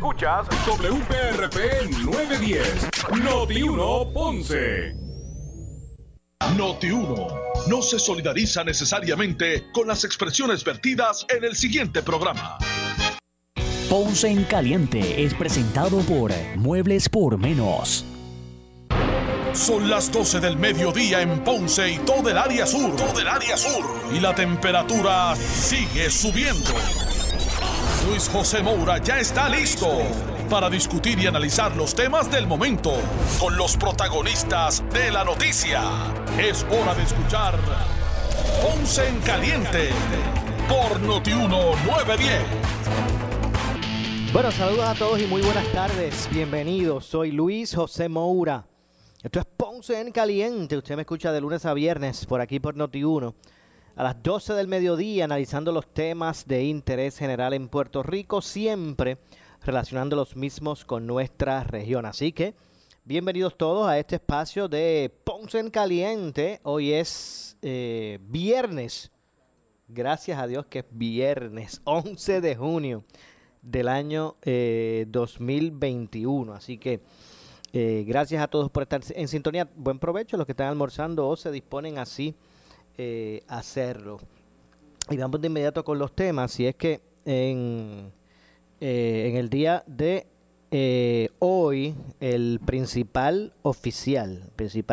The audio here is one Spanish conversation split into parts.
Escuchas WPRP 910, Noti1 Ponce. Noti1 no se solidariza necesariamente con las expresiones vertidas en el siguiente programa. Ponce en Caliente es presentado por Muebles por Menos. Son las 12 del mediodía en Ponce y todo el área sur. Y la temperatura sigue subiendo. Luis José Moura ya está listo para discutir y analizar los temas del momento con los protagonistas de la noticia. Es hora de escuchar Ponce en Caliente por Noti1 910. Bueno, saludos a todos y muy buenas tardes. Bienvenidos, soy Luis José Moura. Esto es Ponce en Caliente. Usted me escucha de lunes a viernes por aquí por Noti1. A las 12 del mediodía, analizando los temas de interés general en Puerto Rico, siempre relacionando los mismos con nuestra región. Así que, bienvenidos todos a este espacio de Ponce en Caliente. Hoy es viernes. Gracias a Dios que es viernes, 11 de junio del año 2021. Así que, gracias a todos por estar en sintonía. Buen provecho a los que están almorzando o se disponen así hacerlo. Y vamos de inmediato con los temas. Y es que en el día de hoy, el principal oficial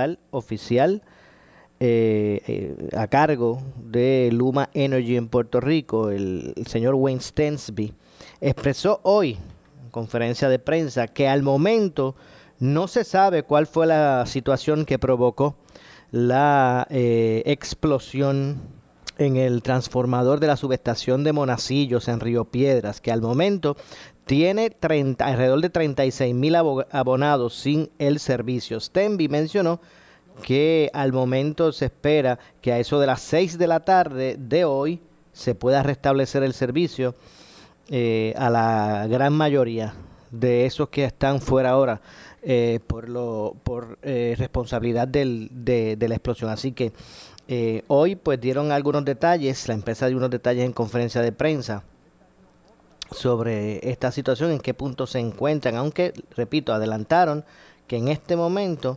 a cargo de Luma Energy en Puerto Rico, el señor Wayne Stensby, expresó hoy en conferencia de prensa que al momento no se sabe cuál fue la situación que provocó la explosión en el transformador de la subestación de Monacillos en Río Piedras, que al momento tiene alrededor de 36,000 abonados sin el servicio. Stensby mencionó que al momento se espera que a eso de las 6 de la tarde de hoy se pueda restablecer el servicio a la gran mayoría de esos que están fuera ahora por responsabilidad de la explosión. Así que hoy pues dieron algunos detalles, la empresa dio unos detalles en conferencia de prensa sobre esta situación, en qué punto se encuentran, aunque, repito, adelantaron que en este momento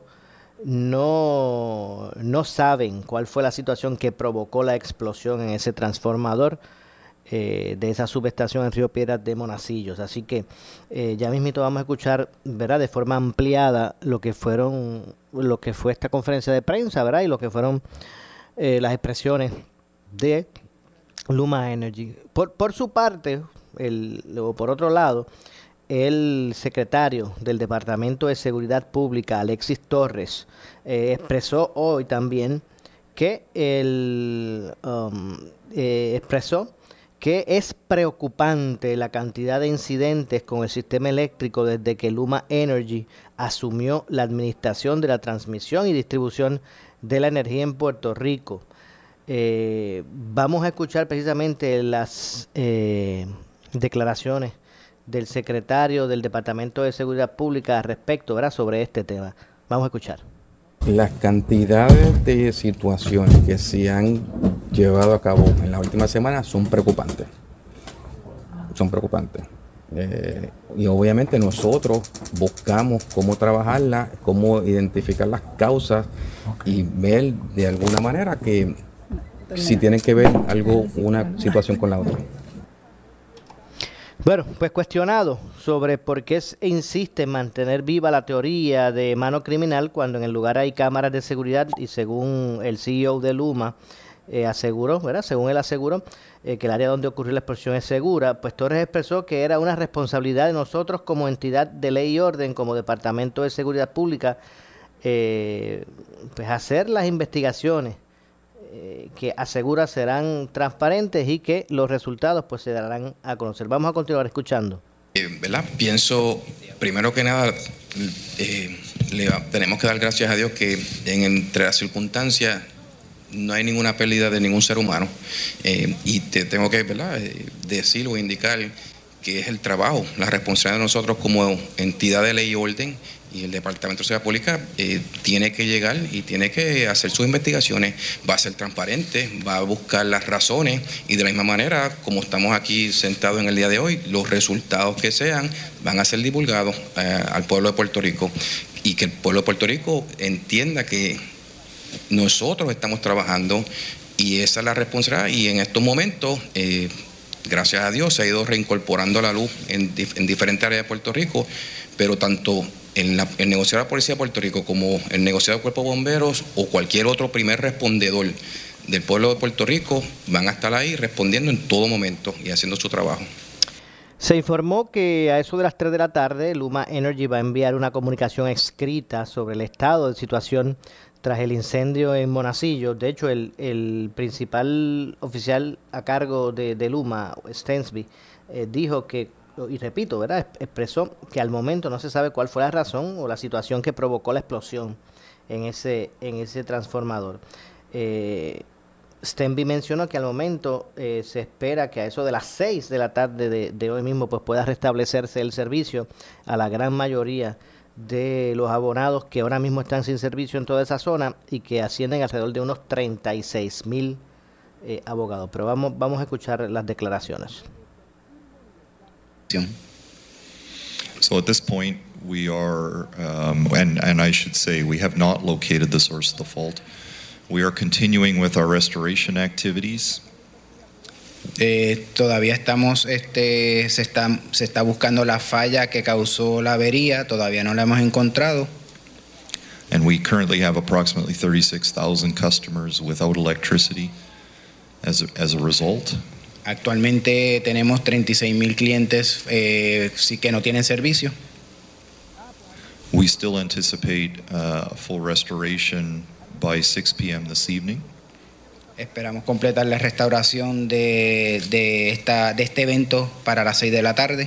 no saben cuál fue la situación que provocó la explosión en ese transformador de esa subestación en Río Piedras de Monacillos. Así que ya mismito vamos a escuchar, ¿verdad?, de forma ampliada lo que fue esta conferencia de prensa, ¿verdad?, y lo que fueron las expresiones de Luma Energy. Por su parte, por otro lado, el secretario del Departamento de Seguridad Pública, Alexis Torres, expresó hoy también que expresó que es preocupante la cantidad de incidentes con el sistema eléctrico desde que Luma Energy asumió la administración de la transmisión y distribución de la energía en Puerto Rico. Vamos a escuchar precisamente las declaraciones del secretario del Departamento de Seguridad Pública al respecto, ¿verdad?, sobre este tema. Vamos a escuchar. Las cantidades de situaciones que se han llevado a cabo en las últimas semanas son preocupantes. Y obviamente nosotros buscamos cómo trabajarlas, cómo identificar las causas y ver de alguna manera que si tienen que ver una situación con la otra. Bueno, pues cuestionado sobre por qué insiste en mantener viva la teoría de mano criminal cuando en el lugar hay cámaras de seguridad y según el CEO de Luma aseguró, ¿verdad?, según él aseguró que el área donde ocurrió la explosión es segura, pues Torres expresó que era una responsabilidad de nosotros como entidad de ley y orden, como Departamento de Seguridad Pública, pues hacer las investigaciones que asegura serán transparentes y que los resultados pues se darán a conocer. Vamos a continuar escuchando. ¿Verdad? Pienso, primero que nada, tenemos que dar gracias a Dios que entre las circunstancias no hay ninguna pérdida de ningún ser humano. Y te tengo que, ¿verdad?, decir o indicar que es el trabajo, la responsabilidad de nosotros como entidad de ley y orden y el Departamento de Seguridad Pública tiene que llegar y tiene que hacer sus investigaciones, va a ser transparente, va a buscar las razones y de la misma manera, como estamos aquí sentados en el día de hoy, los resultados que sean van a ser divulgados al pueblo de Puerto Rico y que el pueblo de Puerto Rico entienda que nosotros estamos trabajando y esa es la responsabilidad y en estos momentos gracias a Dios se ha ido reincorporando la luz en diferentes áreas de Puerto Rico, pero tanto el negociado de la Policía de Puerto Rico como el negociado del Cuerpo de Bomberos o cualquier otro primer respondedor del pueblo de Puerto Rico van a estar ahí respondiendo en todo momento y haciendo su trabajo. Se informó que a eso de las 3 de la tarde Luma Energy va a enviar una comunicación escrita sobre el estado de situación tras el incendio en Monacillo. De hecho, el principal oficial a cargo de Luma, Stensby, dijo que, y repito, ¿verdad?, expresó que al momento no se sabe cuál fue la razón o la situación que provocó la explosión en ese transformador. Stensby mencionó que al momento se espera que a eso de las 6 de la tarde de hoy mismo pues pueda restablecerse el servicio a la gran mayoría de los abonados que ahora mismo están sin servicio en toda esa zona y que ascienden alrededor de unos 36,000 abogados. Pero vamos a escuchar las declaraciones. So at this point we are, and I should say we have not located the source of the fault. We are continuing with our restoration activities. Todavía estamos, se está buscando la falla que causó la avería, todavía no la hemos encontrado. And we currently have approximately 36,000 customers without electricity as a result. Actualmente tenemos 36,000 clientes sí que no tienen servicio. We still anticipate full restoration by 6 p.m. this evening. Esperamos completar la restauración de este evento para las 6 de la tarde.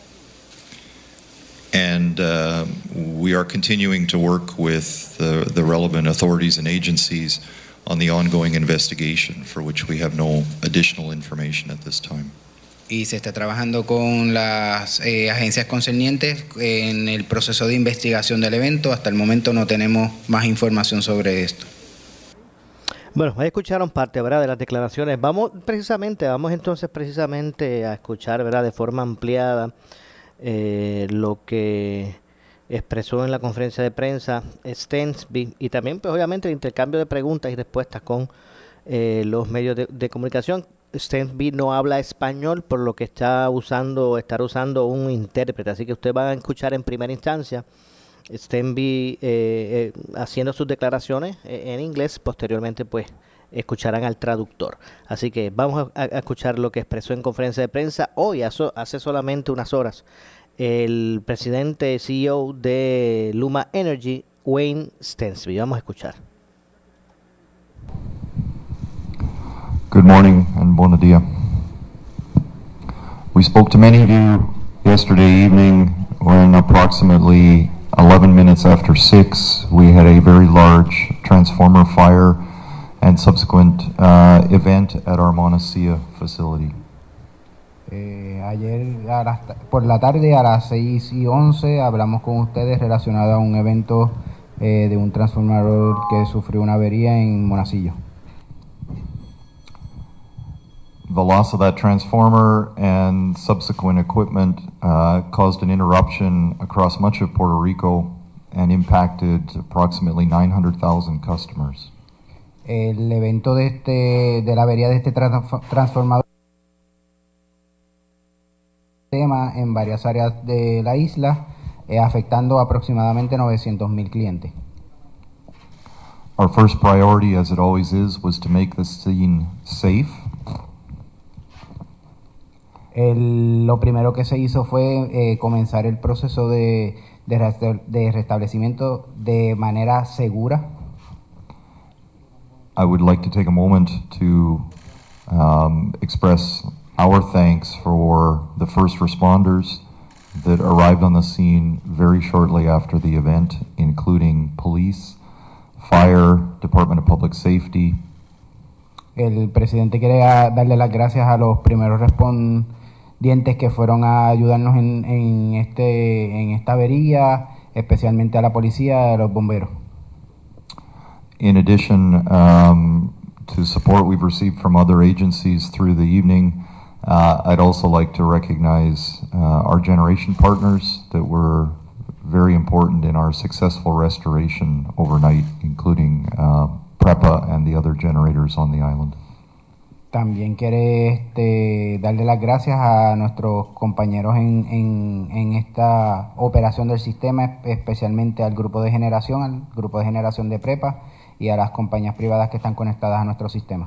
And we are continuing to work with the relevant authorities and agencies on the ongoing investigation, for which we have no additional information at this time. Y se está trabajando con las agencias concernientes en el proceso de investigación del evento. Hasta el momento no tenemos más información sobre esto. Bueno, ahí escucharon parte, ¿verdad?, de las declaraciones. Vamos entonces precisamente a escuchar, ¿verdad?, de forma ampliada lo que expresó en la conferencia de prensa Stensby y también, pues obviamente, el intercambio de preguntas y respuestas con los medios de comunicación. Stensby no habla español, por lo que estará usando un intérprete, así que usted va a escuchar en primera instancia Stensby haciendo sus declaraciones en inglés. Posteriormente pues escucharán al traductor, así que vamos a escuchar lo que expresó en conferencia de prensa hoy, hace solamente unas horas, el presidente CEO de Luma Energy, Wayne Stensby. Vamos a escuchar. Good morning and buenos días. We spoke to many of you yesterday evening when approximately 11 minutes after 6 we had a very large transformer fire and subsequent event at our Monacia facility. Ayer por la tarde a las 6:11 hablamos con ustedes relacionado a un evento de un transformador que sufrió una avería en Monacillo. The loss of that transformer and subsequent equipment caused an interruption across much of Puerto Rico and impacted approximately 900,000 customers. El evento de la avería de este transformador en varias áreas de la isla, afectando aproximadamente 900,000 clientes. Our first priority, as it always is, was to make the scene safe. Lo primero que se hizo fue comenzar el proceso de restablecimiento de manera segura. I would like to take a moment to express our thanks for the first responders that arrived on the scene very shortly after the event, including police, fire, Department of Public Safety. El presidente quiere darle las gracias a los primeros respondientes que fueron a ayudarnos en esta avería, especialmente a la policía y a los bomberos. In addition to support we've received from other agencies through the evening, I'd also like to recognize our generation partners that were very important in our successful restoration overnight, including PREPA and the other generators on the island. También quiere darle las gracias a nuestros compañeros en esta operación del sistema, especialmente al grupo de generación de PREPA y a las compañías privadas que están conectadas a nuestro sistema.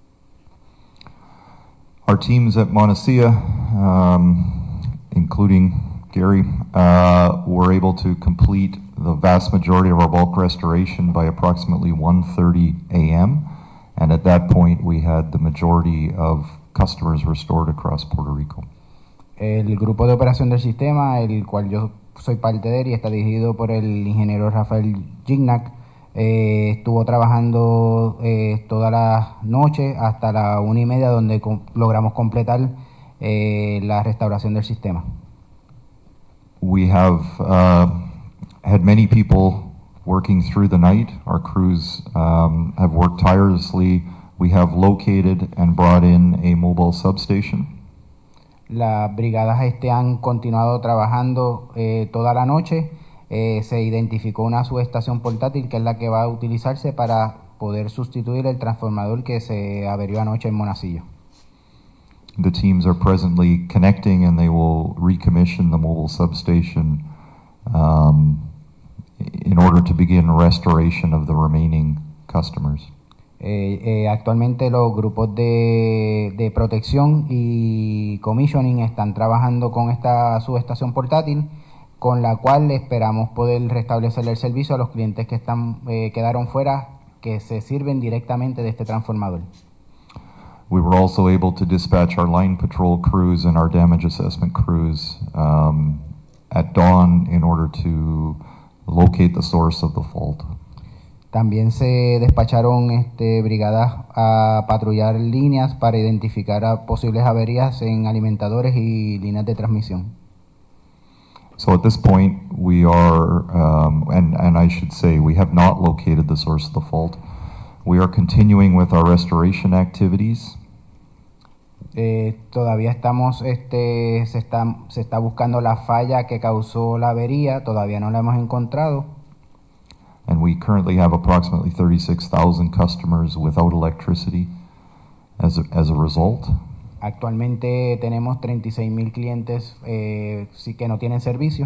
Our teams at Montecilla, including Gary, were able to complete the vast majority of our bulk restoration by approximately 1:30 a.m. And at that point, we had the majority of customers restored across Puerto Rico. El grupo de operación del sistema, el cual yo soy parte de él y está dirigido por el ingeniero Rafael Gignac, estuvo trabajando toda la noche hasta la 1:30, donde logramos completar la restauración del sistema. We have had many people working through the night. Our crews have worked tirelessly. We have located and brought in a mobile substation. Las brigadas han continuado trabajando toda la noche. Se identificó una subestación portátil que es la que va a utilizarse para poder sustituir el transformador que se averió anoche en Monacillo. The teams are presently connecting and they will recommission the mobile substation in order to begin restoration of the remaining customers. Actualmente los grupos de protección y commissioning están trabajando con esta subestación portátil, con la cual esperamos poder restablecer el servicio a los clientes que quedaron fuera, que se sirven directamente de este transformador. We were also able to dispatch our line patrol crews and our damage assessment crews at dawn in order to locate the source of the fault. También se despacharon brigadas a patrullar líneas para identificar a posibles averías en alimentadores y líneas de transmisión. So at this point we are, and I should say we have not located the source of the fault. We are continuing with our restoration activities. Todavía estamos, se está buscando la falla que causó la avería, todavía no la hemos encontrado. And we currently have approximately 36,000 customers without electricity as a result. Actualmente tenemos 36,000 clientes que no tienen servicio.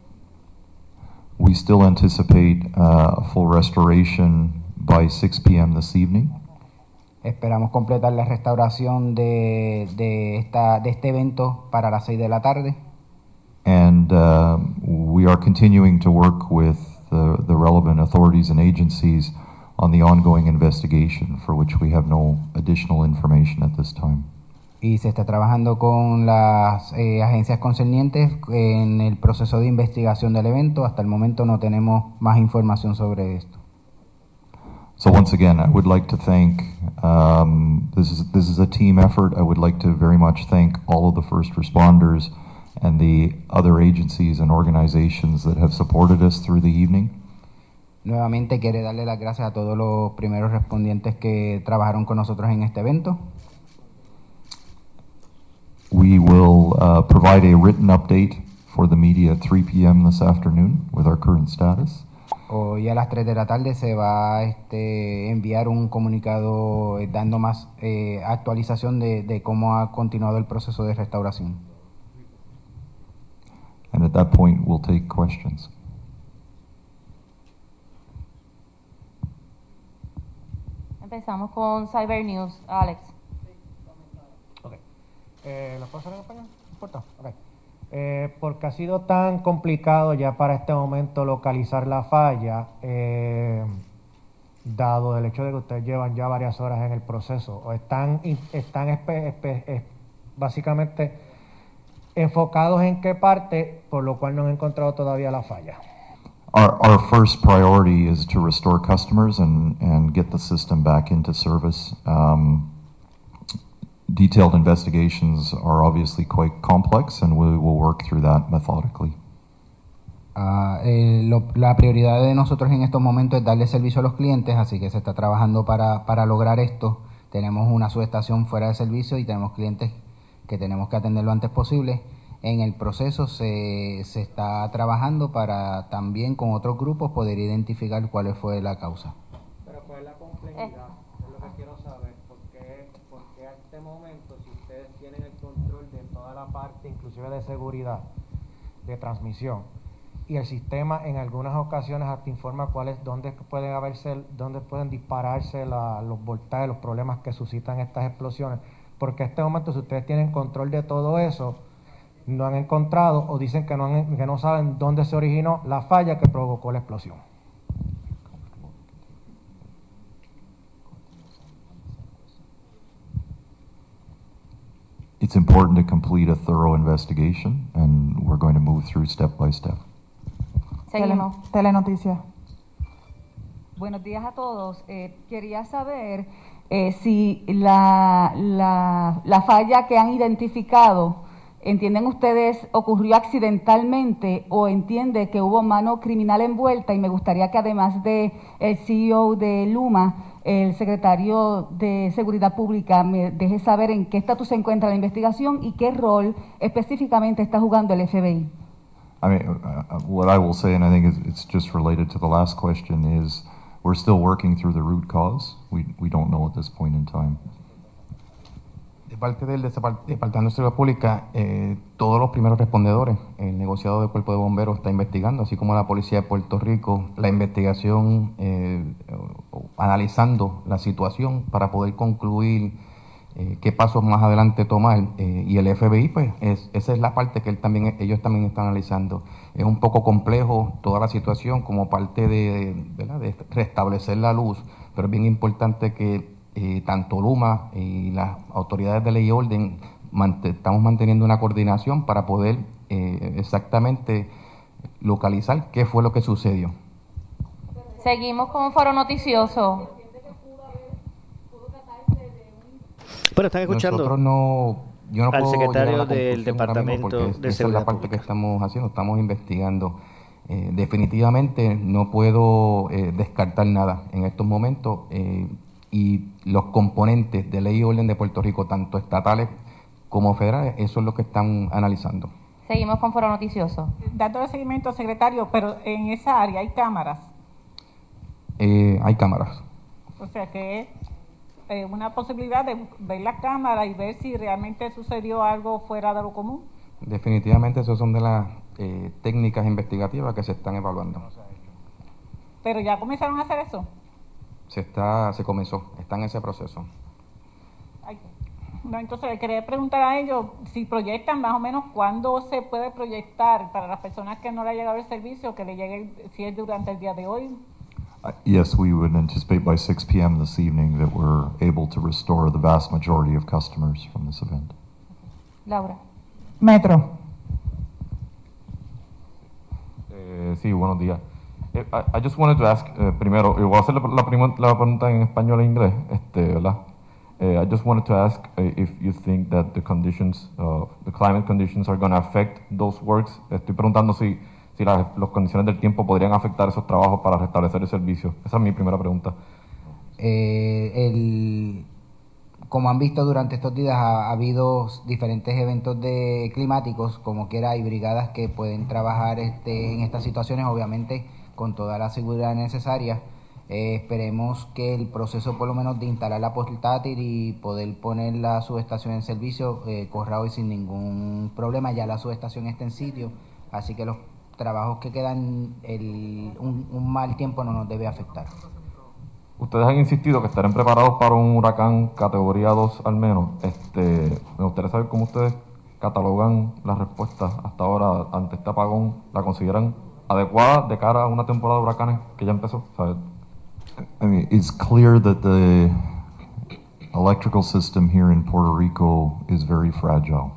We still anticipate a full restoration by 6 p.m. this evening. Esperamos completar la restauración de este evento para las 6 de la tarde. And we are continuing to work with the relevant authorities and agencies on the ongoing investigation, for which we have no additional information at this time. Y se está trabajando con las agencias concernientes en el proceso de investigación del evento. Hasta el momento no tenemos más información sobre esto. So once again, I would like to thank, this is a team effort. I would like to very much thank all of the first responders and the other agencies and organizations that have supported us through the evening. Nuevamente quiere darle las gracias a todos los primeros respondientes que trabajaron con nosotros en este evento. We will provide a written update for the media at 3 p.m. this afternoon with our current status. Hoy a las 3 de la tarde se va a enviar un comunicado dando más actualización de cómo ha continuado el proceso de restauración. And at that point, we'll take questions. Empezamos con Cyber News. Alex. Okay. ¿Lo puedo hacer en español? ¿No importa? Okay. Porque ha sido tan complicado ya para este momento localizar la falla, dado el hecho de que ustedes llevan ya varias horas en el proceso, o están básicamente enfocados en qué parte, por lo cual no han encontrado todavía la falla. Our first priority is to restore customers and get the system back into service. Detailed investigations are obviously quite complex, and we will work through that methodically. La prioridad de nosotros en estos momentos es darle servicio a los clientes, así que se está trabajando para lograr esto. Tenemos una subestación fuera de servicio y tenemos clientes que tenemos que atender lo antes posible. En el proceso se está trabajando para también con otros grupos poder identificar cuál fue la causa. Pero ¿cuál es la complejidad? Es lo que quiero saber. ¿Por qué a este momento, si ustedes tienen el control de toda la parte, inclusive de seguridad, de transmisión, y el sistema en algunas ocasiones hasta informa dónde pueden dispararse los voltajes, los problemas que suscitan estas explosiones? Porque a este momento, si ustedes tienen control de todo eso, no han encontrado o dicen que no saben dónde se originó la falla que provocó la explosión. It's important to complete a thorough investigation, and we're going to move through step by step. Seguimos. Telenoticias. Buenos días a todos. Quería saber si la falla que han identificado, ¿entienden ustedes ocurrió accidentalmente o entiende que hubo mano criminal envuelta? Y me gustaría que además de el CEO de Luma, el secretario de Seguridad Pública me deje saber en qué estatus se encuentra la investigación y qué rol específicamente está jugando el FBI. I mean, what I will say, and I think it's just related to the last question, is we're still working through the root cause. We don't know at this point in time. De parte del Departamento de Seguridad Pública, todos los primeros respondedores, el negociado del Cuerpo de Bomberos está investigando, así como la Policía de Puerto Rico, la investigación, analizando la situación para poder concluir qué pasos más adelante tomar, y el FBI, pues esa es la parte que ellos también están analizando. Es un poco complejo toda la situación como parte de restablecer la luz, pero es bien importante que tanto Luma y las autoridades de ley y orden estamos manteniendo una coordinación para poder exactamente localizar qué fue lo que sucedió. Seguimos con Foro Noticioso. Pero están escuchando yo no al puedo secretario llegar a la del Departamento porque de esa es Seguridad la parte Pública. que estamos haciendo, estamos investigando. Definitivamente no puedo descartar nada en estos momentos, y los componentes de ley y orden de Puerto Rico, tanto estatales como federales, eso es lo que están analizando. Seguimos con Foro Noticioso. Dándole seguimiento, secretario, pero en esa área hay cámaras. Hay cámaras. O sea que una posibilidad de ver las cámaras y ver si realmente sucedió algo fuera de lo común. Definitivamente esas son de las técnicas investigativas que se están evaluando. Pero ya comenzaron a hacer eso. Se comenzó, está en ese proceso. No, entonces quería preguntar a ellos si proyectan más o menos cuándo se puede proyectar para las personas que no le ha llegado el servicio, que le llegue, si es durante el día de hoy. Yes, we would anticipate by 6 p.m. this evening that we're able to restore the vast majority of customers from this event. Laura. Metro. Sí, buenos días. I just wanted to ask, primero, voy a hacer la pregunta en español e inglés, ¿verdad? I just wanted to ask if you think that the conditions, the climate conditions are going to affect those works. Estoy preguntando si las condiciones del tiempo podrían afectar esos trabajos para restablecer el servicio. Esa es mi primera pregunta. Como han visto durante estos días, ha habido diferentes eventos climáticos, como quiera, hay brigadas que pueden trabajar en estas situaciones, obviamente con toda la seguridad necesaria. Esperemos que el proceso, por lo menos, de instalar la portátil y poder poner la subestación en servicio corra hoy sin ningún problema. Ya la subestación está en sitio, así que los trabajos que quedan, un mal tiempo no nos debe afectar. Ustedes han insistido que estarán preparados para un huracán categoría 2 al menos. Me gustaría saber cómo ustedes catalogan las respuestas hasta ahora ante este apagón. ¿La consideran adecuada de cara a una temporada de huracanes que ya empezó? ¿Sabes? I mean, it's clear that the electrical system here in Puerto Rico is very fragile.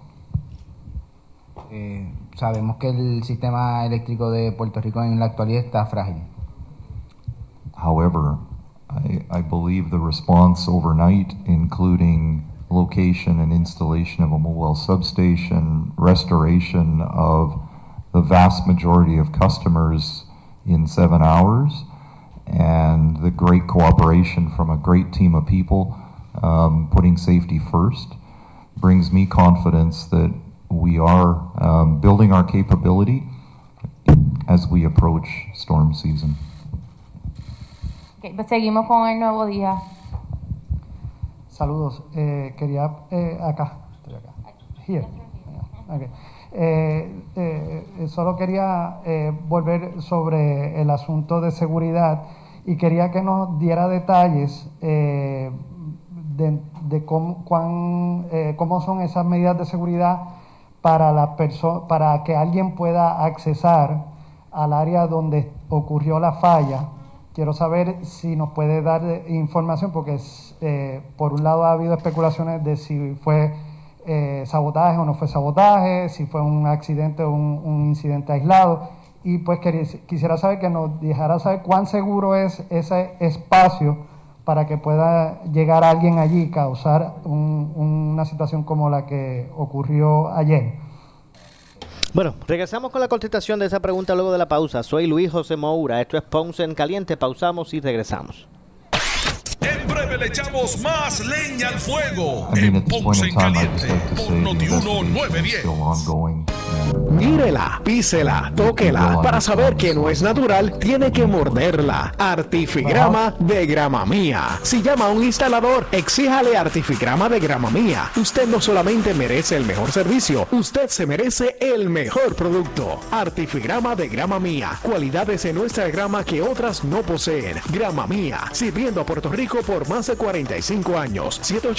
Sabemos que el sistema eléctrico de Puerto Rico en la actualidad está frágil. However, I believe the response overnight, including location and installation of a mobile substation, restoration of the vast majority of customers in 7 hours, and the great cooperation from a great team of people putting safety first brings me confidence that we are building our capability as we approach storm season. Okay, pues seguimos con el Nuevo Día. Saludos. Quería estoy acá. Here. Okay. Solo quería volver sobre el asunto de seguridad y quería que nos diera detalles de cómo son esas medidas de seguridad para que alguien pueda accesar al área donde ocurrió la falla. Quiero saber si nos puede dar información, porque por un lado ha habido especulaciones de si fue sabotaje o no fue sabotaje, si fue un accidente o un incidente aislado, y pues quisiera saber que nos dejara saber cuán seguro es ese espacio para que pueda llegar alguien allí y causar una situación como la que ocurrió ayer. Bueno, regresamos con la contestación de esa pregunta luego de la pausa. Soy Luis José Moura, esto es Ponce en Caliente, pausamos y regresamos. En breve le echamos más leña al fuego en Ponce en Caliente por Noti1 910. Mírela, písela, tóquela. Para saber que no es natural, tiene que morderla. Artifigrama de Grama Mía. Si llama a un instalador, exíjale Artifigrama de Grama Mía. Usted no solamente merece el mejor servicio, usted se merece el mejor producto. Artifigrama de Grama Mía. Cualidades en nuestra grama que otras no poseen. Grama Mía, sirviendo a Puerto Rico por más de 45 años.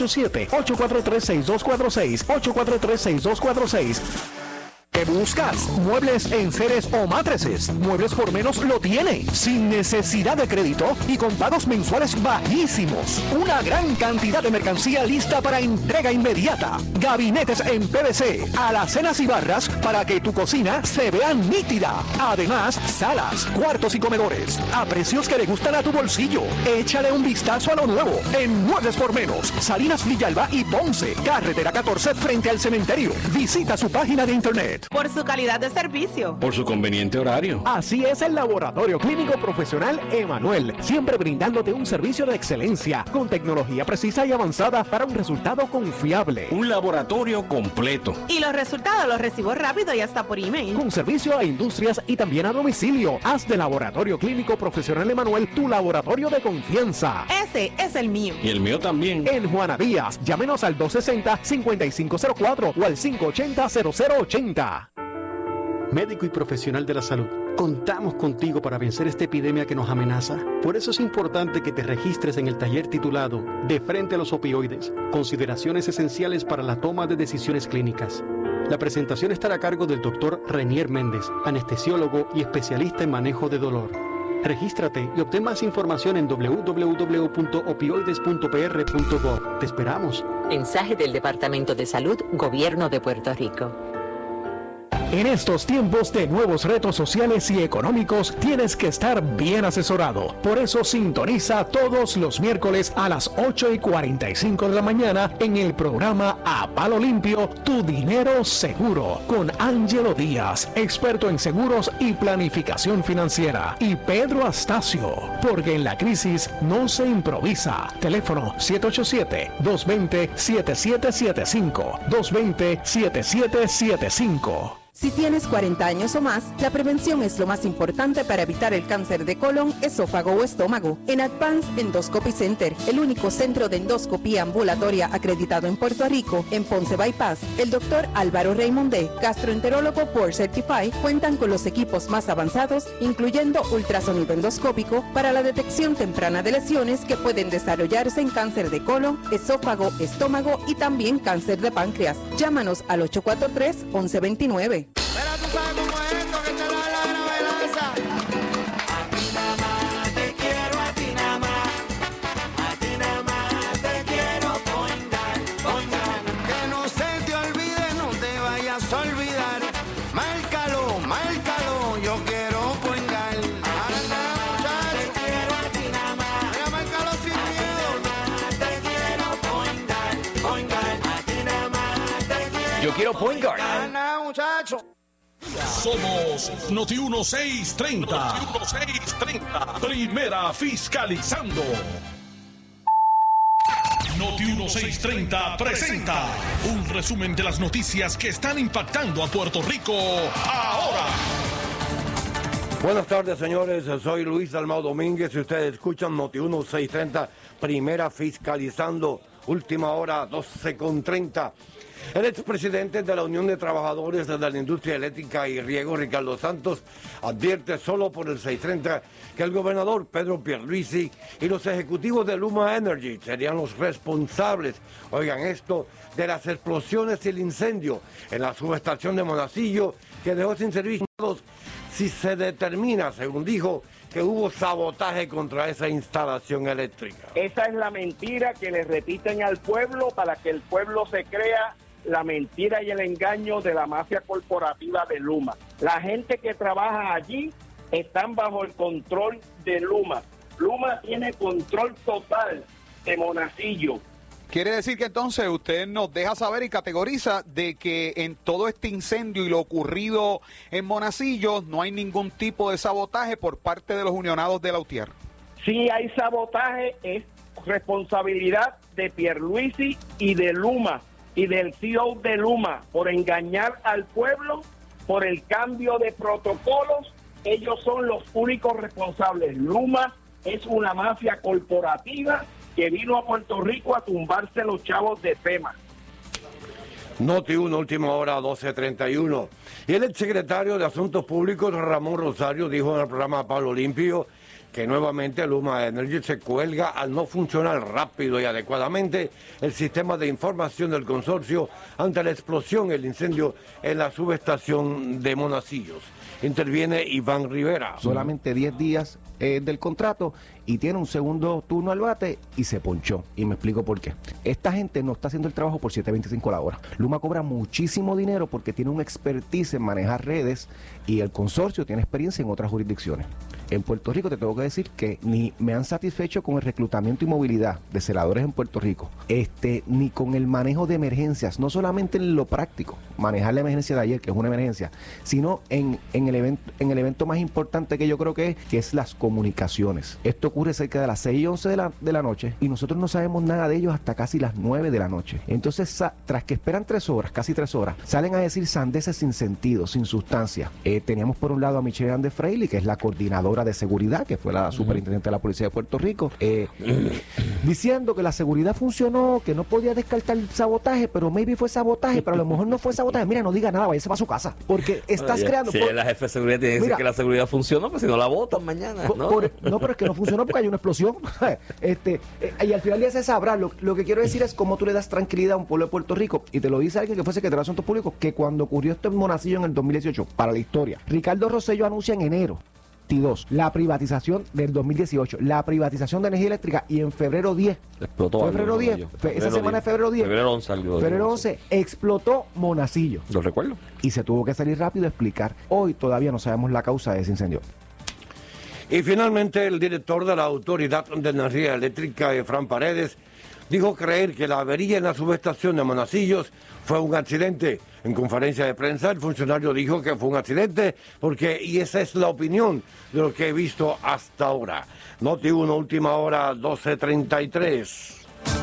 787-843-6246. 843-6246. ¿Qué buscas? ¿Muebles, enseres o matrices? Muebles por Menos lo tiene, sin necesidad de crédito y con pagos mensuales bajísimos. Una gran cantidad de mercancía lista para entrega inmediata. Gabinetes en PVC, alacenas y barras para que tu cocina se vea nítida. Además, salas, cuartos y comedores a precios que le gustan a tu bolsillo. Échale un vistazo a lo nuevo en Muebles por Menos, Salinas, Villalba y Ponce, carretera 14 frente al cementerio. Visita su página de internet. Por su calidad de servicio. Por su conveniente horario. Así es el Laboratorio Clínico Profesional Emanuel, siempre brindándote un servicio de excelencia, con tecnología precisa y avanzada para un resultado confiable. Un laboratorio completo. Y los resultados los recibo rápido y hasta por email. Con servicio a industrias y también a domicilio. Haz de Laboratorio Clínico Profesional Emanuel tu laboratorio de confianza. Ese es el mío. Y el mío también. En Juana Díaz, llámenos al 260-5504 o al 580-0080. Médico y profesional de la salud, contamos contigo para vencer esta epidemia que nos amenaza. Por eso es importante que te registres en el taller titulado De frente a los opioides, consideraciones esenciales para la toma de decisiones clínicas. La presentación estará a cargo del Dr. Renier Méndez, anestesiólogo y especialista en manejo de dolor. Regístrate y obtén más información en www.opioides.pr.gov. Te esperamos. Mensaje del Departamento de Salud, Gobierno de Puerto Rico. En estos tiempos de nuevos retos sociales y económicos, tienes que estar bien asesorado. Por eso sintoniza todos los miércoles a las 8:45 de la mañana en el programa A Palo Limpio, Tu Dinero Seguro, con Ángelo Díaz, experto en seguros y planificación financiera, y Pedro Astacio, porque en la crisis no se improvisa. Teléfono 787-220-7775, 220-7775. Si tienes 40 años o más, la prevención es lo más importante para evitar el cáncer de colon, esófago o estómago. En Advanced Endoscopy Center, el único centro de endoscopía ambulatoria acreditado en Puerto Rico, en Ponce Bypass, el Dr. Álvaro Raymondé, gastroenterólogo Board Certified, cuentan con los equipos más avanzados, incluyendo ultrasonido endoscópico para la detección temprana de lesiones que pueden desarrollarse en cáncer de colon, esófago, estómago y también cáncer de páncreas. Llámanos al 843-1129. Pero tú sabes cómo es esto, que te da la gravedad. A ti nada más te quiero, a ti nada más. A ti nada más te quiero poingar, poingar. Que no se te olvide, no te vayas a olvidar. Márcalo, márcalo, yo quiero poingar. Anda, muchacho, te quiero a ti nada más. Mira, márcalo sin miedo. Te quiero poingar, poingar. A ti nada más te quiero. Yo quiero poingar. Anda, muchacho. Somos Noti 1630. Noti 1630. Primera fiscalizando. Noti 1630 presenta un resumen de las noticias que están impactando a Puerto Rico ahora. Buenas tardes, señores. Soy Luis Dalmau Domínguez y ustedes escuchan Noti 1630, primera fiscalizando, última hora, 12:30. El expresidente de la Unión de Trabajadores de la Industria Eléctrica y Riego, Ricardo Santos, advierte solo por el 630 que el gobernador Pedro Pierluisi y los ejecutivos de Luma Energy serían los responsables, oigan esto, de las explosiones y el incendio en la subestación de Monacillo, que dejó sin servicio si se determina, según dijo, que hubo sabotaje contra esa instalación eléctrica. Esa es la mentira que le repiten al pueblo para que el pueblo se crea la mentira y el engaño de la mafia corporativa de Luma. La gente que trabaja allí están bajo el control de Luma. Luma tiene control total de Monacillo. Quiere decir que entonces usted nos deja saber y categoriza de que en todo este incendio y lo ocurrido en Monacillo no hay ningún tipo de sabotaje por parte de los unionados de la UTIER. Si hay sabotaje, es responsabilidad de Pierluisi y de Luma y del CEO de Luma por engañar al pueblo, por el cambio de protocolos. Ellos son los únicos responsables. Luma es una mafia corporativa que vino a Puerto Rico a tumbarse los chavos de FEMA. Noti 1, última hora, 12:31. Y el exsecretario de Asuntos Públicos, Ramón Rosario, dijo en el programa Pablo Limpio que nuevamente Luma Energy se cuelga al no funcionar rápido y adecuadamente el sistema de información del consorcio ante la explosión y el incendio en la subestación de Monacillos. Interviene Iván Rivera. Solamente 10 días del contrato y tiene un segundo turno al bate y se ponchó. Y me explico por qué. Esta gente no está haciendo el trabajo por $7.25 la hora. Luma cobra muchísimo dinero porque tiene un expertise en manejar redes y el consorcio tiene experiencia en otras jurisdicciones. En Puerto Rico te tengo que decir que ni me han satisfecho con el reclutamiento y movilidad de celadores en Puerto Rico, ni con el manejo de emergencias, no solamente en lo práctico, manejar la emergencia de ayer, que es una emergencia, sino en el evento más importante que yo creo que es las comunicaciones. Esto ocurre cerca de las 6 y 11 de la noche y nosotros no sabemos nada de ellos hasta casi las 9 de la noche. Entonces, tras que esperan 3 horas, casi 3 horas, salen a decir sandeces sin sentido, sin sustancia. Teníamos por un lado a Michelle Andes Freily, que es la coordinadora de seguridad, que fue la superintendente de la Policía de Puerto Rico, diciendo que la seguridad funcionó, que no podía descartar el sabotaje, pero maybe fue sabotaje, pero a lo mejor no fue sabotaje. Mira, no diga nada, váyase para su casa, porque estás creando... Si la jefe de seguridad tiene que decir que la seguridad funcionó, pues si no la votan mañana, ¿no? No, pero es que no funcionó porque hay una explosión. Y al final ya se sabrá. Lo que quiero decir es cómo tú le das tranquilidad a un pueblo de Puerto Rico, y te lo dice alguien que fue secretario de Asuntos Públicos, que cuando ocurrió esto en Monacillo en el 2018, para la historia, Ricardo Rosselló anuncia en enero la privatización del 2018, la privatización de energía eléctrica, y en febrero 10, explotó fue febrero 10, esa semana de febrero 10, febrero 11 explotó Monacillo. Lo recuerdo. Y se tuvo que salir rápido a explicar. Hoy todavía no sabemos la causa de ese incendio. Y finalmente el director de la Autoridad de Energía Eléctrica, Efraín Paredes, dijo creer que la avería en la subestación de Monacillos fue un accidente. En conferencia de prensa, el funcionario dijo que fue un accidente y esa es la opinión de lo que he visto hasta ahora. Noti 1, última hora, 12:33.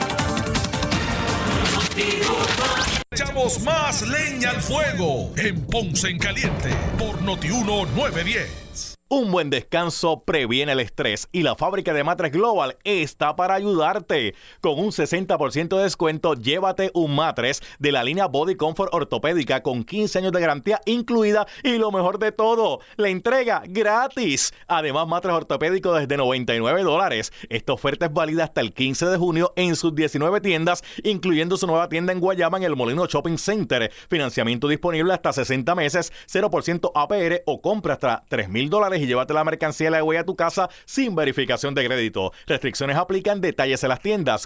Echamos más leña al fuego en Ponce en Caliente por Noti 1 910. Un buen descanso previene el estrés y la fábrica de Matres Global está para ayudarte. Con un 60% de descuento, llévate un matres de la línea Body Comfort ortopédica con 15 años de garantía incluida y lo mejor de todo, la entrega gratis. Además, matres ortopédico desde $99. Esta oferta es válida hasta el 15 de junio en sus 19 tiendas, incluyendo su nueva tienda en Guayama en el Molino Shopping Center. Financiamiento disponible hasta 60 meses, 0% APR o compra hasta $3,000 y llévate la mercancía y la huella a tu casa sin verificación de crédito. Restricciones aplican, detalles en las tiendas.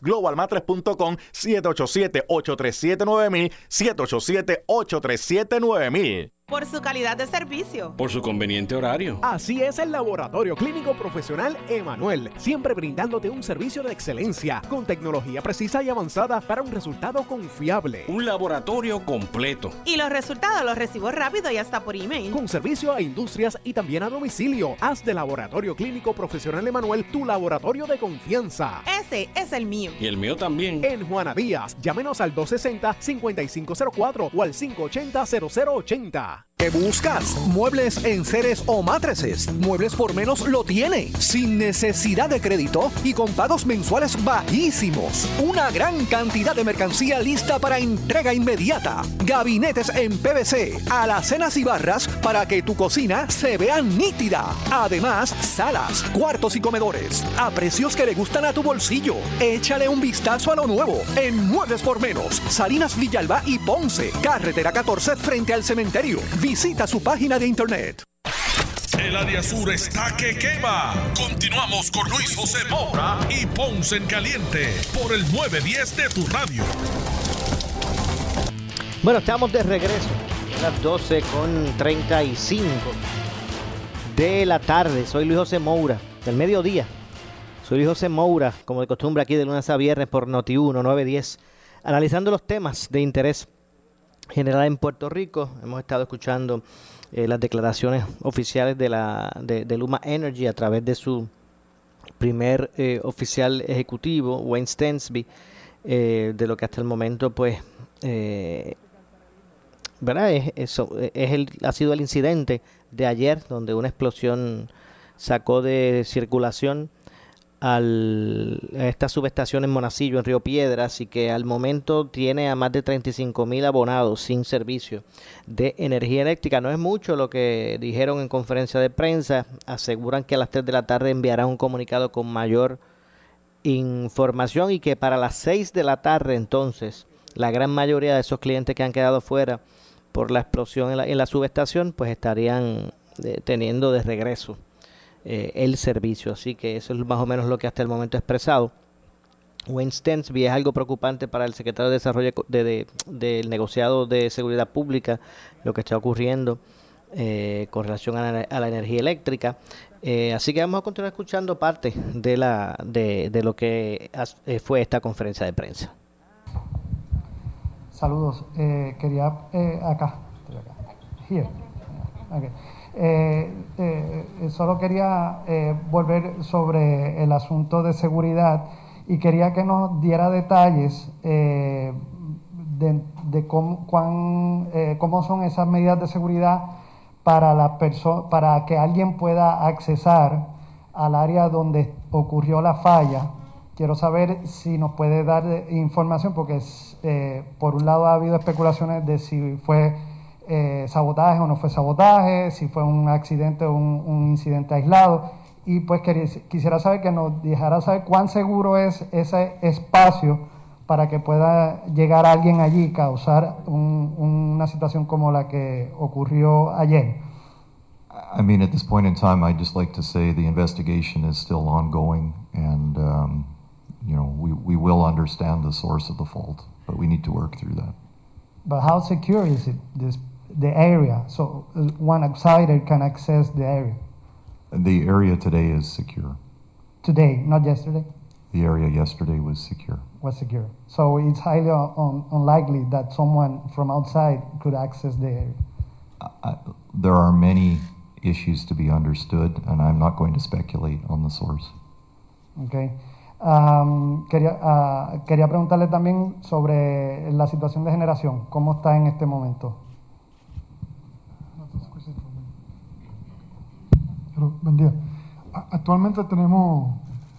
Globalmatres.com, 787-837-9000, 787-837-9000. Por su calidad de servicio. Por su conveniente horario. Así es el Laboratorio Clínico Profesional Emanuel, siempre brindándote un servicio de excelencia, con tecnología precisa y avanzada para un resultado confiable. Un laboratorio completo. Y los resultados los recibo rápido y hasta por email. Con servicio a industrias y también a domicilio. Haz de Laboratorio Clínico Profesional Emanuel tu laboratorio de confianza. Ese es el mío. Y el mío también. En Juana Díaz, llámenos al 260-5504 o al 580-0080. ¿Qué buscas? ¿Muebles, enseres o matrices? Muebles por Menos lo tiene, sin necesidad de crédito y con pagos mensuales bajísimos. Una gran cantidad de mercancía lista para entrega inmediata. Gabinetes en PVC, alacenas y barras para que tu cocina se vea nítida. Además, salas, cuartos y comedores a precios que le gustan a tu bolsillo. Échale un vistazo a lo nuevo en Muebles por Menos, Salinas, Villalba y Ponce, carretera 14 frente al cementerio. Visita su página de internet. El área sur está que quema. Continuamos con Luis José Moura y Ponce en Caliente por el 910 de tu radio. Bueno, estamos de regreso a las 12:35 de la tarde. Soy Luis José Moura, del mediodía. Soy Luis José Moura, como de costumbre aquí de lunes a viernes por Noti1 910, analizando los temas de interés general en Puerto Rico. Hemos estado escuchando las declaraciones oficiales de Luma Energy a través de su primer oficial ejecutivo, Wayne Stensby, de lo que hasta el momento, pues, ¿verdad? Ha sido el incidente de ayer, donde una explosión sacó de circulación a esta subestación en Monacillo, en Río Piedras, y que al momento tiene a más de 35,000 abonados sin servicio de energía eléctrica. No es mucho lo que dijeron en conferencia de prensa. Aseguran que a las 3 de la tarde enviarán un comunicado con mayor información y que para las 6 de la tarde entonces la gran mayoría de esos clientes que han quedado fuera por la explosión en la subestación pues estarían teniendo de regreso el servicio. Así que eso es más o menos lo que hasta el momento ha expresado Wayne Stensby. Es algo preocupante para el secretario de Desarrollo del negociado de Seguridad Pública lo que está ocurriendo con relación a la energía eléctrica. Así que vamos a continuar escuchando parte de lo que fue esta conferencia de prensa. Saludos. Quería acá. Here. Okay. Solo quería volver sobre el asunto de seguridad y quería que nos diera detalles de cómo son esas medidas de seguridad para que alguien pueda accesar al área donde ocurrió la falla. Quiero saber si nos puede dar información, porque por un lado ha habido especulaciones de si fue sabotaje o no fue sabotaje, si fue un accidente o un incidente aislado, y pues quisiera saber que nos dejara saber cuán seguro es ese espacio para que pueda llegar alguien allí y causar una situación como la que ocurrió ayer. I mean, at this point in time, I'd just like to say the investigation is still ongoing, and we will understand the source of the fault, but we need to work through that. But how secure is it, the area, so one outsider can access the area? The area today is secure. Today, not yesterday? The area yesterday was secure. Was secure. So it's highly unlikely that someone from outside could access the area. There are many issues to be understood, and I'm not going to speculate on the source. Okay. Quería preguntarle también sobre la situación de generación. ¿Cómo está en este momento? Buen día. Actualmente tenemos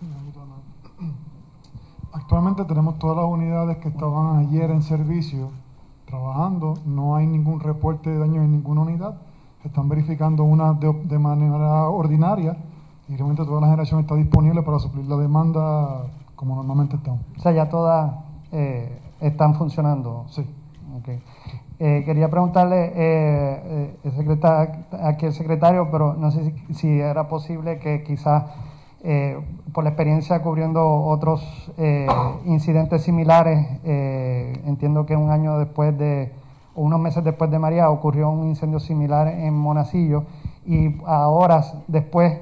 todas las unidades que estaban ayer en servicio trabajando. No hay ningún reporte de daño en ninguna unidad. Se están verificando una de manera ordinaria y realmente toda la generación está disponible para suplir la demanda como normalmente estamos. O sea, ya todas están funcionando. Sí. Okay. Quería preguntarle aquí el secretario, pero no sé si era posible que quizás por la experiencia cubriendo otros incidentes similares, entiendo que un año después de unos meses después de María ocurrió un incendio similar en Monacillo y a horas después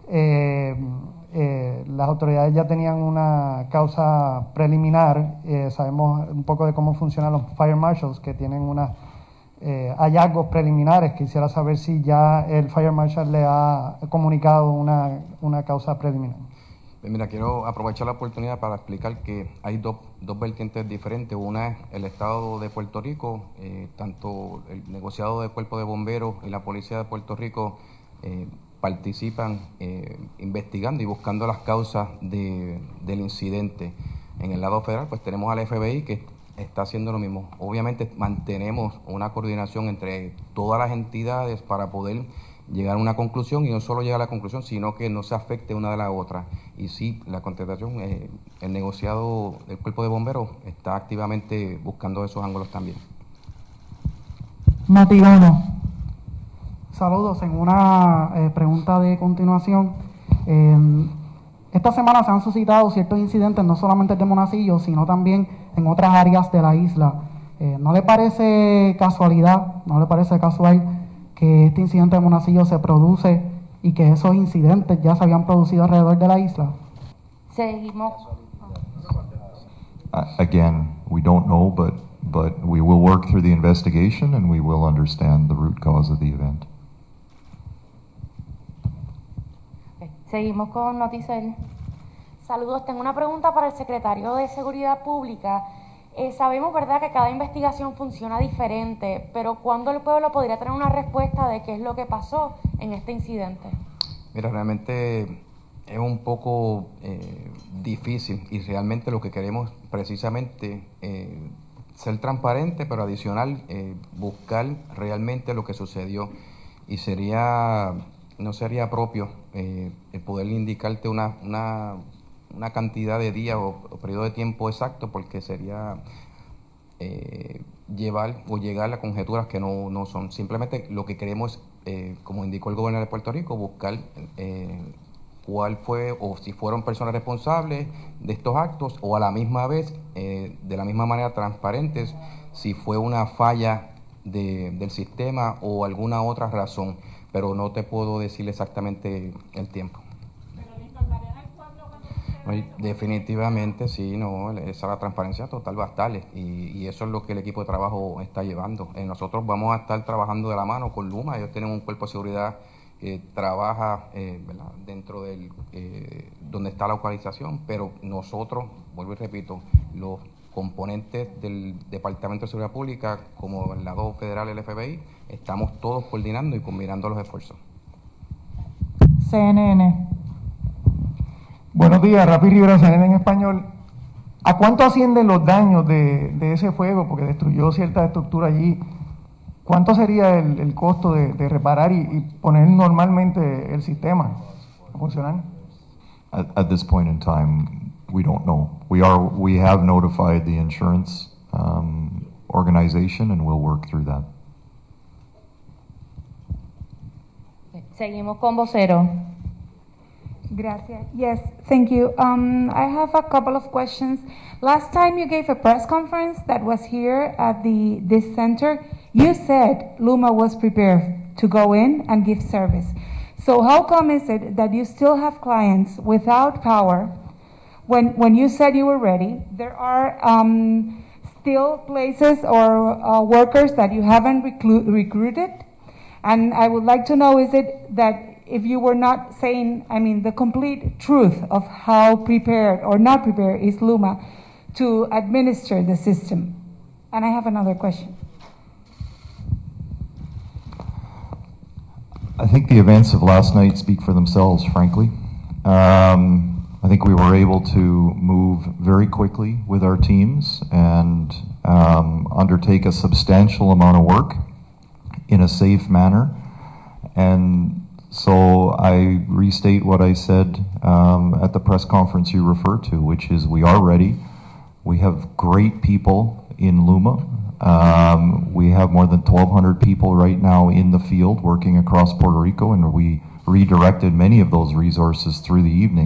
las autoridades ya tenían una causa preliminar. Sabemos un poco de cómo funcionan los fire marshals, que tienen unos hallazgos preliminares. Quisiera saber si ya el fire marshal le ha comunicado una causa preliminar. Mira, quiero aprovechar la oportunidad para explicar que hay dos vertientes diferentes. Una es el Estado de Puerto Rico, tanto el negociado del Cuerpo de Bomberos y la Policía de Puerto Rico participan investigando y buscando las causas del incidente. En el lado federal, pues tenemos al FBI que está haciendo lo mismo. Obviamente mantenemos una coordinación entre todas las entidades para poder llegar a una conclusión, y no solo llegar a la conclusión, sino que no se afecte una de la otra. Y sí, la contestación, el negociado del Cuerpo de Bomberos está activamente buscando esos ángulos también. Matigano, saludos. En una pregunta de continuación, esta semana se han suscitado ciertos incidentes, no solamente de Monacillo, sino también en otras áreas de la isla. ¿No le parece casualidad, no le parece casual que este incidente de Monacillo se produce y que esos incidentes ya se habían producido alrededor de la isla? Seguimos. Again, we don't know, but we will work through the investigation and we will understand the root cause of the event. Seguimos con Noticel. Saludos, tengo una pregunta para el secretario de Seguridad Pública. Sabemos, ¿verdad?, que cada investigación funciona diferente, pero ¿cuándo el pueblo podría tener una respuesta de qué es lo que pasó en este incidente? Mira, realmente es un poco difícil, y realmente lo que queremos precisamente ser transparente, pero adicional buscar realmente lo que sucedió, y no sería propio el poder indicarte una cantidad de días o periodo de tiempo exacto, porque sería llevar o llegar a conjeturas que no son. Simplemente lo que queremos es, como indicó el gobernador de Puerto Rico, buscar cuál fue, o si fueron personas responsables de estos actos, o a la misma vez, de la misma manera transparentes, si fue una falla del sistema o alguna otra razón, pero no te puedo decir exactamente el tiempo. Definitivamente sí, no, esa la transparencia total va a estar, y eso es lo que el equipo de trabajo está llevando. Nosotros vamos a estar trabajando de la mano con Luma. Ellos tienen un cuerpo de seguridad que trabaja dentro del donde está la localización, pero nosotros, vuelvo y repito, los componentes del Departamento de Seguridad Pública, como el lado federal, el FBI, estamos todos coordinando y combinando los esfuerzos. CNN. Buenos días, Rafi Rivera, CNN en español. ¿A cuánto ascienden los daños de ese fuego? Porque destruyó cierta estructura allí. ¿Cuánto sería el costo de reparar y poner normalmente el sistema a funcionar? At this point in time, we don't know. We have notified the insurance organization, and we'll work through that. Seguimos con Vocero. Gracias. Yes, thank you. I have a couple of questions. Last time you gave a press conference that was here at this center, you said Luma was prepared to go in and give service. So how come is it that you still have clients without power when you said you were ready? There are still places or workers that you haven't recruited? And I would like to know, is it that if you were not saying, the complete truth of how prepared or not prepared is Luma to administer the system? And I have another question. I think the events of last night speak for themselves, frankly. I think we were able to move very quickly with our teams and undertake a substantial amount of work in a safe manner. And so I restate what I said at the press conference you referred to, which is we are ready. We have great people in Luma. We have more than 1,200 people right now in the field working across Puerto Rico, and we redirected many of those resources through the evening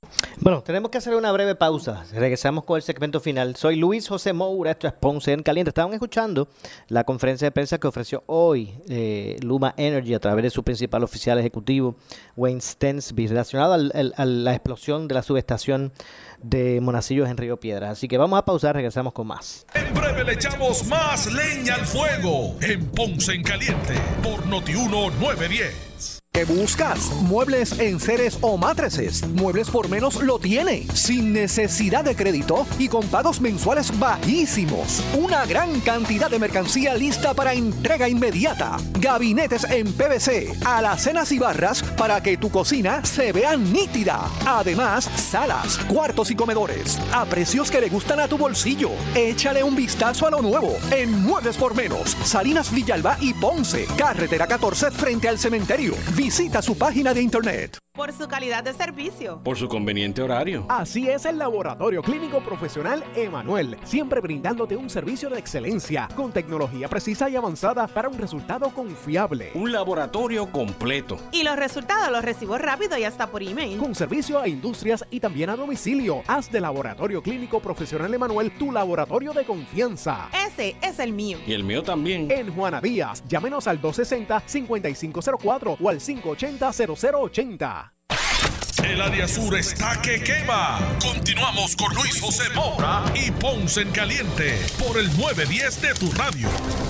Bueno, tenemos que hacer una breve pausa. Regresamos con el segmento final. Soy Luis José Moura, esto es Ponce en Caliente. Estaban escuchando la conferencia de prensa que ofreció hoy Luma Energy a través de su principal oficial ejecutivo, Wayne Stensby, relacionado a la explosión de la subestación de Monacillos en Río Piedras. Así que vamos a pausar, regresamos con más. En breve le echamos más leña al fuego en Ponce en Caliente por Noti1 910. ¿Qué buscas? Muebles en seres o matrices. Muebles por menos lo tiene, sin necesidad de crédito y con pagos mensuales bajísimos. Una gran cantidad de mercancía lista para entrega inmediata. Gabinetes en PVC, alacenas y barras para que tu cocina se vea nítida. Además, salas, cuartos y comedores a precios que le gustan a tu bolsillo. Échale un vistazo a lo nuevo en Muebles por Menos, Salinas, Villalba y Ponce, carretera 14 frente al cementerio. Visita su página de internet. Por su calidad de servicio. Por su conveniente horario. Así es el Laboratorio Clínico Profesional Emanuel, siempre brindándote un servicio de excelencia, con tecnología precisa y avanzada para un resultado confiable. Un laboratorio completo. Y los resultados los recibo rápido y hasta por email. Con servicio a industrias y también a domicilio. Haz de Laboratorio Clínico Profesional Emanuel tu laboratorio de confianza. Ese es el mío. Y el mío también. En Juana Díaz, llámenos al 260-5504 o al 580-0080. El área sur está que quema. Continuamos con Luis José Moura y Ponce en Caliente por el 910 de tu radio.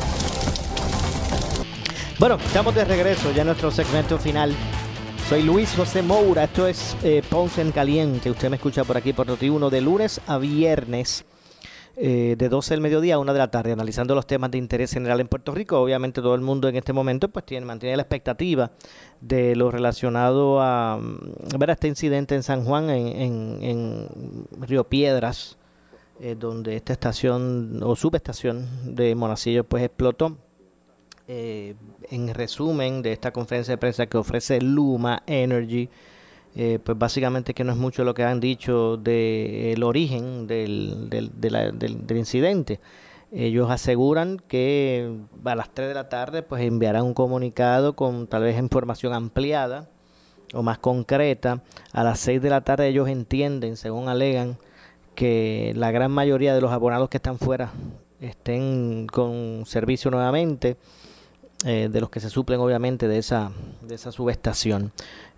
Bueno, estamos de regreso ya en nuestro segmento final. Soy Luis José Moura, esto es Ponce en Caliente. Usted me escucha por aquí por Noti1 de lunes a viernes. De 12 del mediodía a 1 de la tarde, analizando los temas de interés general en Puerto Rico. Obviamente todo el mundo en este momento pues mantiene la expectativa de lo relacionado a ver este incidente en San Juan, en Río Piedras, donde esta estación o subestación de Monacillo pues explotó. En resumen de esta conferencia de prensa que ofrece Luma Energy, pues básicamente que no es mucho lo que han dicho del origen del incidente. Ellos aseguran que a las 3 de la tarde pues enviarán un comunicado con tal vez información ampliada o más concreta. A las 6 de la tarde ellos entienden, según alegan, que la gran mayoría de los abonados que están fuera estén con servicio nuevamente, de los que se suplen obviamente de esa subestación.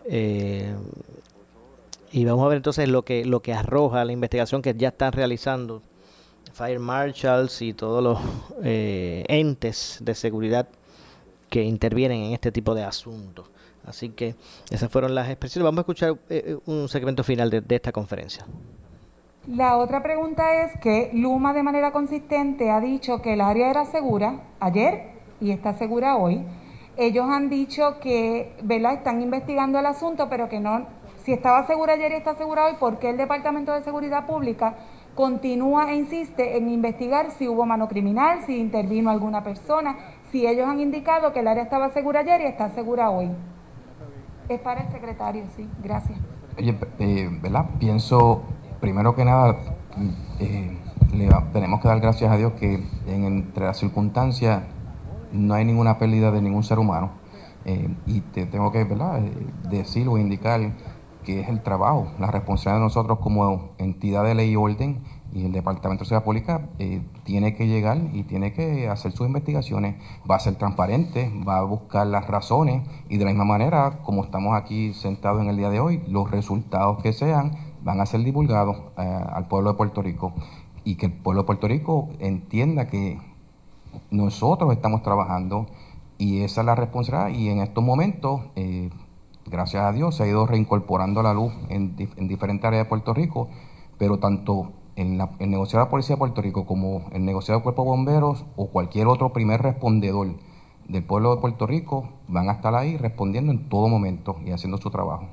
Y vamos a ver entonces lo que arroja la investigación que ya están realizando Fire Marshals y todos los entes de seguridad que intervienen en este tipo de asuntos. Así que esas fueron las expresiones. Vamos a escuchar un segmento final de esta conferencia. La otra pregunta es que Luma de manera consistente ha dicho que el área era segura ayer y está segura hoy. Ellos han dicho que, ¿verdad?, están investigando el asunto, pero que no, si estaba segura ayer y está segura hoy, ¿por qué el Departamento de Seguridad Pública continúa e insiste en investigar si hubo mano criminal, si intervino alguna persona, si ellos han indicado que el área estaba segura ayer y está segura hoy? Es para el secretario, sí, gracias. Oye, ¿verdad? Pienso, primero que nada, tenemos que dar gracias a Dios que entre las circunstancias no hay ninguna pérdida de ningún ser humano, y te tengo que, ¿verdad?, decir o indicar que es el trabajo, la responsabilidad de nosotros como entidad de ley y orden, y el Departamento de Seguridad Pública tiene que llegar y tiene que hacer sus investigaciones, va a ser transparente, va a buscar las razones, y de la misma manera, como estamos aquí sentados en el día de hoy, los resultados que sean van a ser divulgados al pueblo de Puerto Rico, y que el pueblo de Puerto Rico entienda que nosotros estamos trabajando y esa es la responsabilidad, y en estos momentos, gracias a Dios, se ha ido reincorporando la luz en diferentes áreas de Puerto Rico, pero tanto el negociado de la Policía de Puerto Rico como el negociado del Cuerpo de Bomberos o cualquier otro primer respondedor del pueblo de Puerto Rico van a estar ahí respondiendo en todo momento y haciendo su trabajo.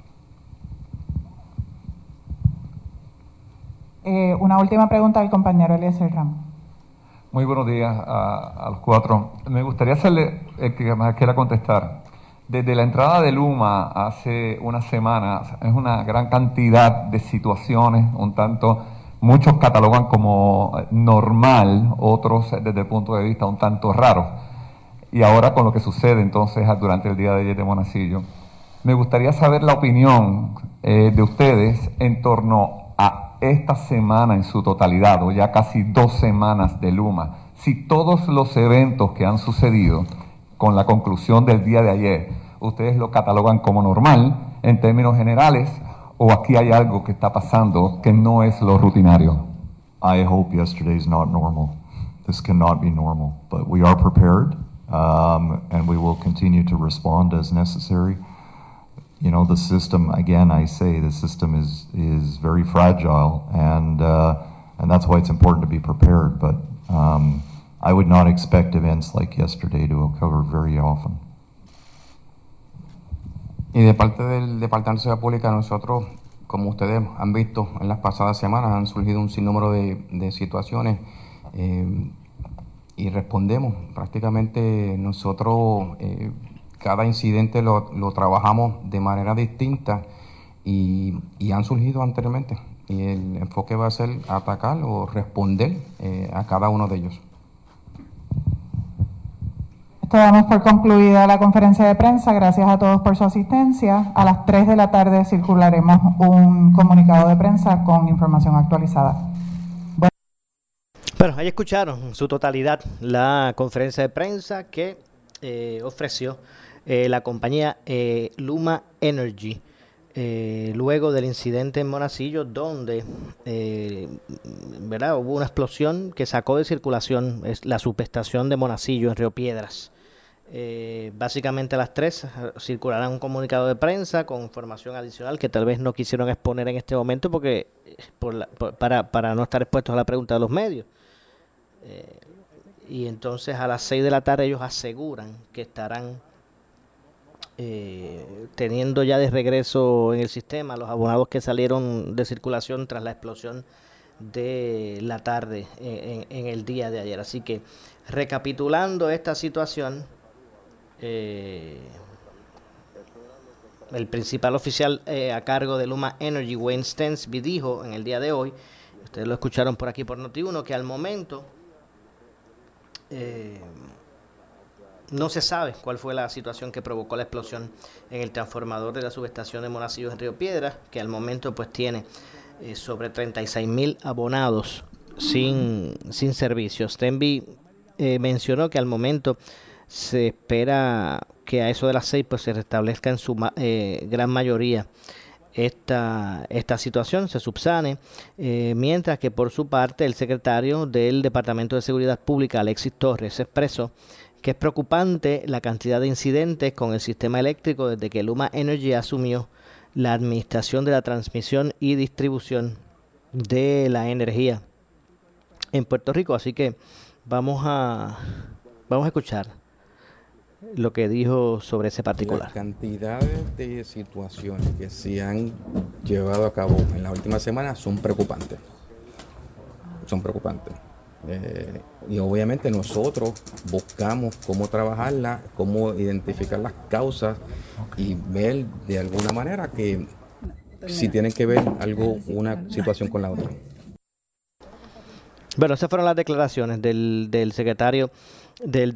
Una última pregunta al compañero Eliezer Ramos. Muy buenos días a los cuatro. Me gustaría hacerle el que más quiera contestar. Desde la entrada de Luma hace unas semanas es una gran cantidad de situaciones, muchos catalogan como normal, otros desde el punto de vista un tanto raro. Y ahora con lo que sucede entonces durante el día de ayer de Monacillo, Me gustaría saber la opinión de ustedes en torno a esta semana en su totalidad, o ya casi 2 semanas de Luma. Si todos los eventos que han sucedido con la conclusión del día de ayer, ustedes lo catalogan como normal en términos generales, o aquí hay algo que está pasando que no es lo rutinario. I hope yesterday is not normal. This cannot be normal, but we are prepared, and we will continue to respond as necessary. You know, the system, again, I say, the system is very fragile, and that's why it's important to be prepared. But I would not expect events like yesterday to occur very often. Y de parte del Departamento de Seguridad Pública, nosotros, como ustedes han visto en las pasadas semanas, han surgido un sinnúmero de situaciones y respondemos. Prácticamente nosotros cada incidente lo trabajamos de manera distinta y han surgido anteriormente. Y el enfoque va a ser atacar o responder a cada uno de ellos. Damos por concluida la conferencia de prensa. Gracias a todos por su asistencia. A las 3 de la tarde circularemos un comunicado de prensa con información actualizada. Bueno, ahí escucharon en su totalidad la conferencia de prensa que ofreció la compañía Luma Energy luego del incidente en Monacillo, donde ¿verdad? Hubo una explosión que sacó de circulación la subestación de Monacillo en Río Piedras. Básicamente a las 3 circulará un comunicado de prensa con información adicional que tal vez no quisieron exponer en este momento porque para no estar expuestos a la pregunta de los medios. Y entonces a las 6 de la tarde ellos aseguran que estarán teniendo ya de regreso en el sistema los abonados que salieron de circulación tras la explosión de la tarde en el día de ayer. Así que recapitulando esta situación, el principal oficial a cargo de Luma Energy, Wayne Stensby, dijo en el día de hoy, ustedes lo escucharon por aquí por Noti1, que al momento no se sabe cuál fue la situación que provocó la explosión en el transformador de la subestación de Monacillo en Río Piedras, que al momento pues tiene sobre 36,000 abonados sin servicio. Stensby mencionó que al momento se espera que a eso de las 6 pues se restablezca en su gran mayoría esta situación, se subsane, mientras que por su parte el secretario del Departamento de Seguridad Pública, Alexis Torres, expresó que es preocupante la cantidad de incidentes con el sistema eléctrico desde que Luma Energy asumió la administración de la transmisión y distribución de la energía en Puerto Rico. Así que vamos a escuchar lo que dijo sobre ese particular. Las cantidades de situaciones que se han llevado a cabo en la última semana son preocupantes. Y obviamente nosotros buscamos cómo trabajarla, cómo identificar las causas y ver de alguna manera que si tienen que ver una situación con la otra. Bueno, esas fueron las declaraciones del secretario del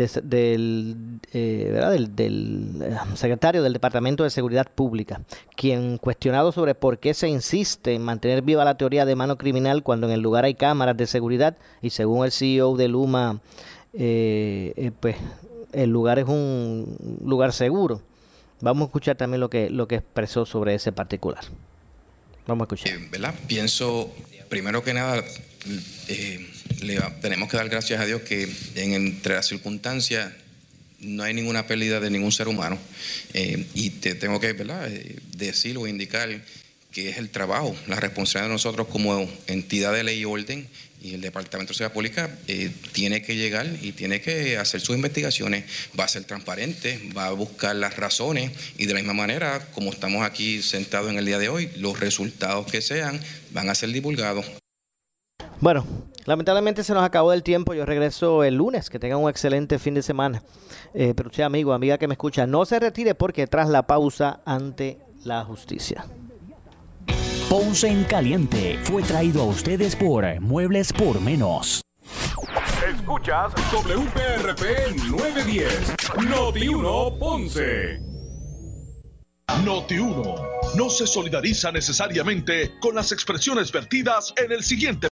secretario del Departamento de Seguridad Pública, quien, cuestionado sobre por qué se insiste en mantener viva la teoría de mano criminal cuando en el lugar hay cámaras de seguridad y según el CEO de Luma pues el lugar es un lugar seguro. Vamos a escuchar también lo que expresó sobre ese particular. Vamos a escuchar. ¿Verdad? Pienso, primero que nada, tenemos que dar gracias a Dios que entre las circunstancias no hay ninguna pérdida de ningún ser humano. Y te tengo que decir o indicar que es el trabajo, la responsabilidad de nosotros como entidad de ley y orden, y el Departamento de Seguridad Pública tiene que llegar y tiene que hacer sus investigaciones, va a ser transparente, va a buscar las razones y de la misma manera, como estamos aquí sentados en el día de hoy, los resultados que sean van a ser divulgados. Bueno, lamentablemente se nos acabó el tiempo. Yo regreso el lunes. Que tengan un excelente fin de semana. Pero usted, amigo, amiga que me escucha, no se retire porque tras la pausa, ante la justicia. Ponce en Caliente fue traído a ustedes por Muebles por Menos. Escuchas WPRP 910, Noti1 Ponce. Noti1 no se solidariza necesariamente con las expresiones vertidas en el siguiente